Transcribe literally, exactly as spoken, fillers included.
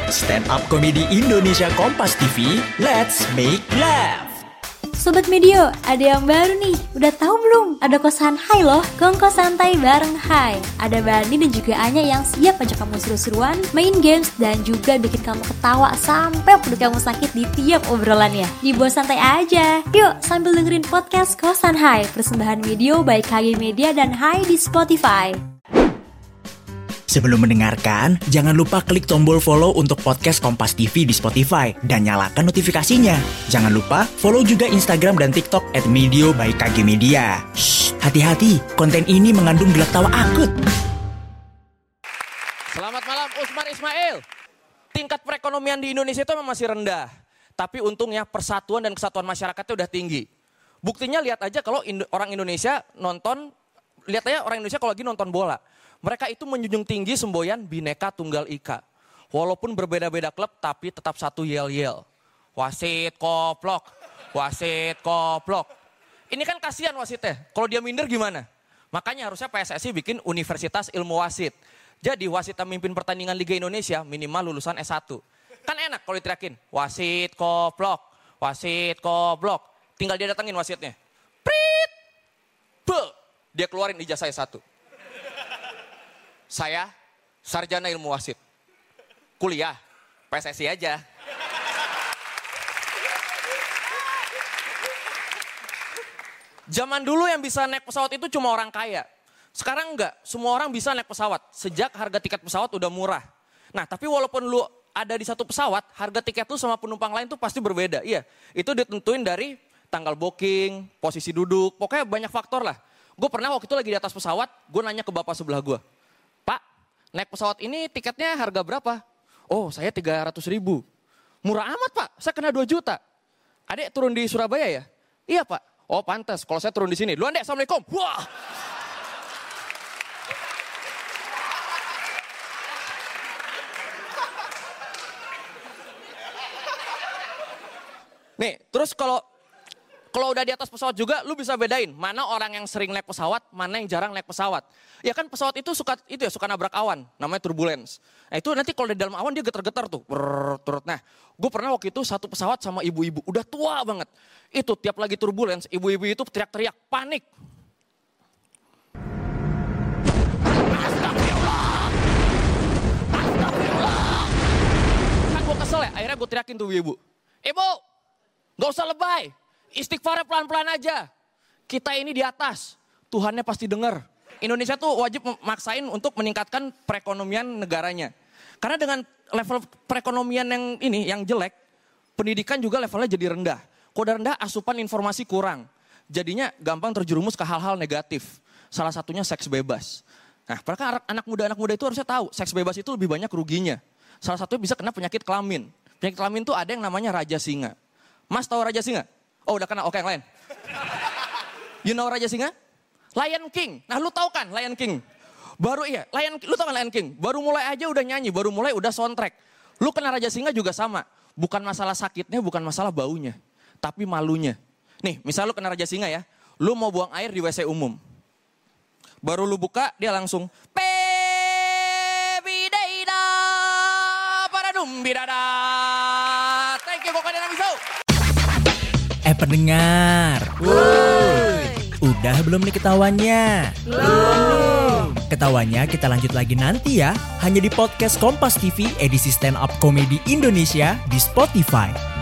Stand Up Comedy Indonesia Kompas T V, let's make laugh. Sobat Medio, ada yang baru nih. Udah tahu belum? Ada kosan Hai loh, kongkos santai bareng Hai. Ada Bani dan juga Anya yang siap ajak kamu seru-seruan, main games, dan juga bikin kamu ketawa sampai perut kamu sakit di tiap obrolannya. Dibawa santai aja. Yuk, sambil dengerin podcast Kosan Hai, persembahan video by K G Media dan Hai di Spotify. Sebelum mendengarkan, jangan lupa klik tombol follow untuk podcast Kompas T V di Spotify dan nyalakan notifikasinya. Jangan lupa follow juga Instagram dan TikTok at Medio by K G Media. Shh, hati-hati, konten ini mengandung gelak tawa akut. Selamat malam Usman Ismail. Tingkat perekonomian di Indonesia itu memang masih rendah. Tapi untungnya persatuan dan kesatuan masyarakatnya udah tinggi. Buktinya lihat aja kalau Indo- orang Indonesia nonton, lihat aja orang Indonesia kalau lagi nonton bola. Mereka itu menjunjung tinggi semboyan Bhinneka Tunggal Ika. Walaupun berbeda-beda klub tapi tetap satu yel-yel. Wasit koplok, wasit koplok. Ini kan kasihan wasitnya, kalau dia minder gimana? Makanya harusnya P S S I bikin Universitas Ilmu Wasit. Jadi wasit yang mimpin pertandingan Liga Indonesia minimal lulusan S satu. Kan enak kalau diterakin, wasit koplok, wasit koplok. Tinggal dia datengin wasitnya. Prit, be, dia keluarin ijazah S satu. Saya sarjana ilmu wasit. Kuliah, P S S I aja. Zaman dulu yang bisa naik pesawat itu cuma orang kaya. Sekarang enggak, semua orang bisa naik pesawat. Sejak harga tiket pesawat udah murah. Nah tapi walaupun lu ada di satu pesawat, harga tiket lu sama penumpang lain tuh pasti berbeda. Iya, itu ditentuin dari tanggal booking, posisi duduk, pokoknya banyak faktor lah. Gue pernah waktu itu lagi di atas pesawat, gue nanya ke bapak sebelah gue. Pak, naik pesawat ini tiketnya harga berapa? Oh, saya tiga ratus ribu. Murah amat Pak, saya kena dua juta. Adek turun di Surabaya ya? Iya Pak. Oh pantas, kalau saya turun di sini. Duluan dek, Assalamualaikum. Wah. Nih, terus kalau Kalau udah di atas pesawat juga, lu bisa bedain mana orang yang sering naik pesawat, mana yang jarang naik pesawat. Ya kan pesawat itu suka itu ya suka nabrak awan, namanya turbulence. Nah itu nanti kalau di dalam awan dia getar-getar tuh. Brrr, turut. Nah, gue pernah waktu itu satu pesawat sama ibu-ibu, udah tua banget. Itu tiap lagi turbulence, ibu-ibu itu teriak-teriak, panik. Astagfirullah. Astagfirullah. Kan gue kesel ya, akhirnya gue teriakin tuh ibu. Ibu, gak usah lebay. Istighfarnya pelan-pelan aja. Kita ini di atas. Tuhannya pasti dengar. Indonesia tuh wajib memaksain untuk meningkatkan perekonomian negaranya. Karena dengan level perekonomian yang ini, yang jelek, pendidikan juga levelnya jadi rendah. Kalau udah rendah, asupan informasi kurang. Jadinya gampang terjerumus ke hal-hal negatif. Salah satunya seks bebas. Nah, padahal anak muda-anak muda itu harusnya tahu, seks bebas itu lebih banyak ruginya. Salah satunya bisa kena penyakit kelamin. Penyakit kelamin itu ada yang namanya Raja Singa. Mas tahu Raja Singa? Oh udah kena, oke yang lain. You know Raja Singa? Lion King. Nah lu tahu kan Lion King? Baru iya, Lion lu tahu kan Lion King? Baru mulai aja udah nyanyi, baru mulai udah soundtrack. Lu kena Raja Singa juga sama. Bukan masalah sakitnya, bukan masalah baunya. Tapi malunya. Nih misal lu kena Raja Singa ya. Lu mau buang air di W C umum. Baru lu buka, dia langsung. Pebidaida paradum bidada. Thank you Koka Dynamic Show. Eh pendengar, Woy. Udah belum nih ketawanya? Belum. Ketawanya kita lanjut lagi nanti ya, hanya di podcast Kompas T V edisi Stand Up Comedy Indonesia di Spotify.